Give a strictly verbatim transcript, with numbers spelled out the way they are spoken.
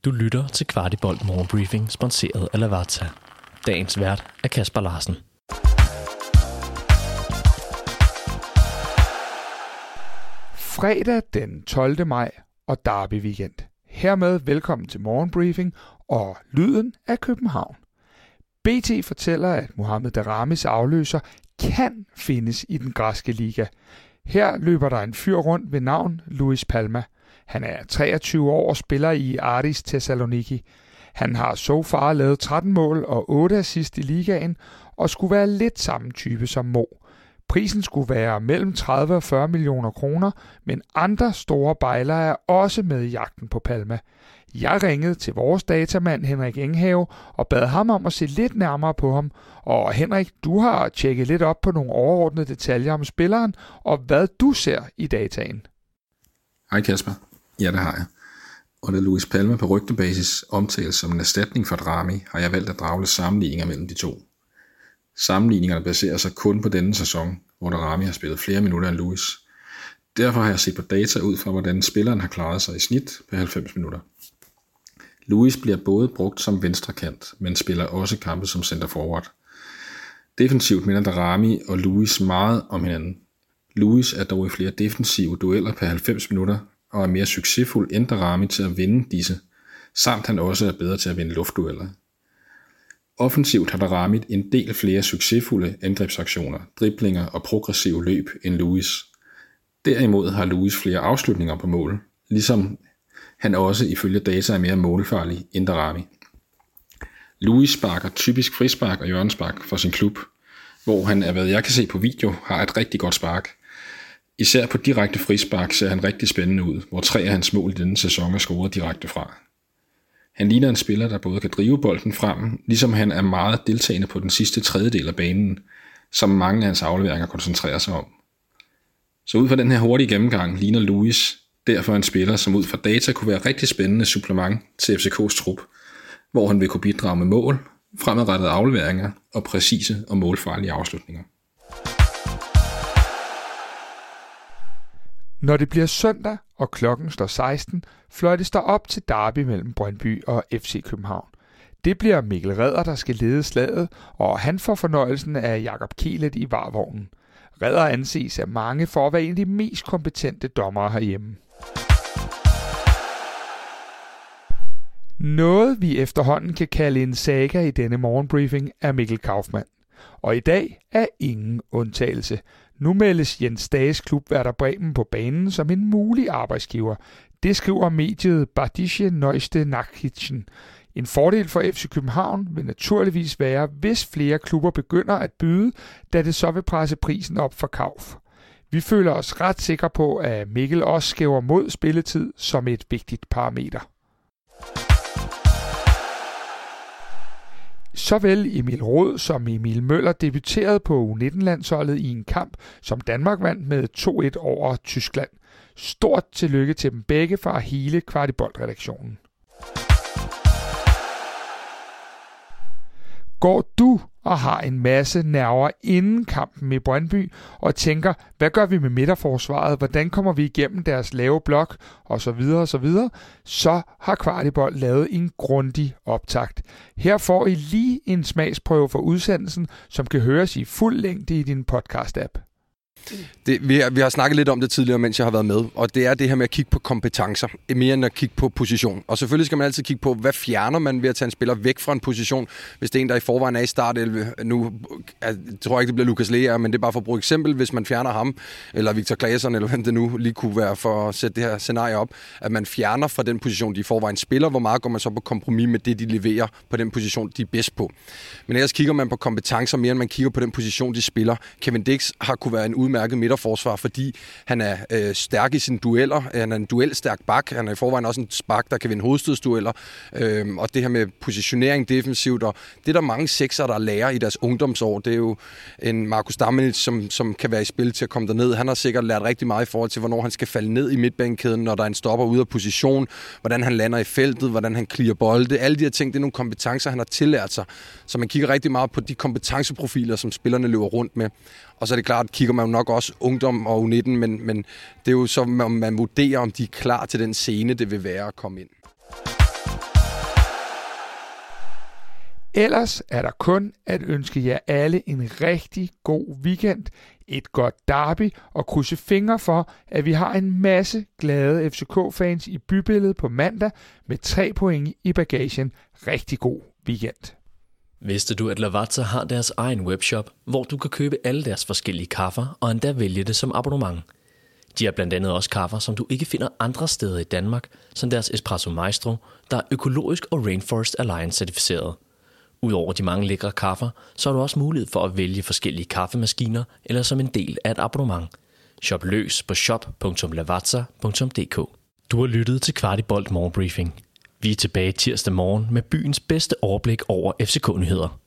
Du lytter til Kvartibolt Morgenbriefing, sponsoreret af Lavazza. Dagens vært er Kasper Larsen. Fredag den tolvte maj og Derby weekend. Hermed velkommen til Morgenbriefing og lyden af København. B T fortæller, at Mohamed Daramis afløser kan findes i den græske liga. Her løber der en fyr rundt ved navn Luis Palma. Han er treogtyve år og spiller i Aris Thessaloniki. Han har so far lavet tretten mål og otte assist i ligaen og skulle være lidt samme type som Mo. Prisen skulle være mellem tredive og fyrre millioner kroner, men andre store bejlere er også med i jagten på Palma. Jeg ringede til vores datamand Henrik Enghave og bad ham om at se lidt nærmere på ham. Og Henrik, du har tjekket lidt op på nogle overordnede detaljer om spilleren, og hvad du ser i dataen. Hej Kasper. Ja, det har jeg. Og da Luis Palma på rygtebasis omtales som en erstatning for Darami, har jeg valgt at drage lidt sammenligninger mellem de to. Sammenligningerne baserer sig kun på denne sæson, hvor Darami har spillet flere minutter end Luis. Derfor har jeg set på data ud fra, hvordan spilleren har klaret sig i snit på halvfems minutter. Luis bliver både brugt som venstrekant, men spiller også kampe som center forward. Defensivt minder Darami og Luis meget om hinanden. Luis er dog i flere defensive dueller per halvfems minutter, og er mere succesfuld end Darami til at vinde disse, samt han også er bedre til at vinde luftdueller. Offensivt har Darami en del flere succesfulde angrebsaktioner, driblinger og progressive løb end Luis. Derimod har Luis flere afslutninger på mål, ligesom han også ifølge data er mere målfarlig end Darami. Luis sparker typisk frispark og hjørnespark for sin klub, hvor han, af hvad jeg kan se på video, har et rigtig godt spark. Især på direkte frispark ser han rigtig spændende ud, hvor tre af hans mål i denne sæson er scoret direkte fra. Han ligner en spiller, der både kan drive bolden frem, ligesom han er meget deltagende på den sidste tredjedel af banen, som mange af hans afleveringer koncentrerer sig om. Så ud fra den her hurtige gennemgang ligner Luis derfor en spiller, som ud fra data kunne være rigtig spændende supplement til F C K's trup, hvor han vil kunne bidrage med mål, fremadrettede afleveringer og præcise og målfarlige afslutninger. Når det bliver søndag og klokken står seksten, fløjtes der op til derby mellem Brøndby og F C København. Det bliver Mikkel Redder, der skal lede slaget, og han får fornøjelsen af Jakob Kielet i varvognen. Redder anses af mange for at være en af de mest kompetente dommere herhjemme. Noget vi efterhånden kan kalde en saga i denne morgenbriefing er Mikkel Kaufmann. Og i dag er ingen undtagelse. Nu meldes Jens Dages klub Werder Bremen på banen som en mulig arbejdsgiver. Det skriver mediet Badische Neueste Nachrichten. En fordel for F C København vil naturligvis være, hvis flere klubber begynder at byde, da det så vil presse prisen op for Kauf. Vi føler os ret sikre på, at Mikkel også skæver mod spilletid som et vigtigt parameter. Såvel Emil Roth som Emil Møller debuterede på U nitten-landsholdet i en kamp, som Danmark vandt med to et over Tyskland. Stort tillykke til dem begge fra hele Kvartibolt-redaktionen. Går du og har en masse nerver inden kampen i Brøndby og tænker, hvad gør vi med midterforsvaret, hvordan kommer vi igennem deres lave blok osv. osv., så har Kvartibolt lavet en grundig optakt. Her får I lige en smagsprøve for udsendelsen, som kan høres i fuld længde i din podcast-app. Det, vi, har, vi har snakket lidt om det tidligere, mens jeg har været med, og det er det her med at kigge på kompetencer, mere end at kigge på position. Og selvfølgelig skal man altid kigge på, hvad fjerner man ved at tage en spiller væk fra en position, hvis det er en, der i forvejen er i startelve. Nu jeg tror jeg ikke, det bliver Lukas Lea, men det er bare for at bruge eksempel, hvis man fjerner ham, eller Victor Claesson, eller hvad det nu lige kunne være for at sætte det her scenarie op, at man fjerner fra den position, de i forvejen spiller, hvor meget går man så på kompromis med det, de leverer på den position, de er bedst på. Men ellers kigger man på kompetencer mere, end man kigger på den position, de spiller. Kevin Dix har kunne være en udmærket midterforsvar, fordi han er øh, stærk i sine dueller. Han er en duelstærk bak. Han er i forvejen også en bak, der kan vinde hovedstødsdueller. Øhm, og det her med positionering defensivt, og det er der mange sekser, der lærer i deres ungdomsår. Det er jo en Markus Damenic, som, som kan være i spil til at komme derned. Han har sikkert lært rigtig meget i forhold til, hvornår han skal falde ned i midtbanekæden, når der er en stopper ude af position, hvordan han lander i feltet, hvordan han clear bolde. Alle de her ting, det er nogle kompetencer, han har tillært sig. Så man kigger rigtig meget på de kompetenceprofiler, som spillerne løber rundt med. Og så er det klart, kigger man jo nok også ungdom og U nitten, men, men det er jo så, om man vurderer, om de er klar til den scene, det vil være at komme ind. Ellers er der kun at ønske jer alle en rigtig god weekend, et godt derby og krydse fingre for, at vi har en masse glade F C K-fans i bybilledet på mandag med tre point i bagagen. Rigtig god weekend. Vidste du, at Lavazza har deres egen webshop, hvor du kan købe alle deres forskellige kaffer og endda vælge det som abonnement? De har blandt andet også kaffer, som du ikke finder andre steder i Danmark, som deres Espresso Maestro, der er økologisk og Rainforest Alliance certificeret. Udover de mange lækre kaffer, så har du også mulighed for at vælge forskellige kaffemaskiner eller som en del af et abonnement. Shop løs på shop punktum lavazza punktum d k. Du har lyttet til Kvartibolt Morgenbriefing. Vi er tilbage tirsdag morgen med byens bedste overblik over F C K-nyheder.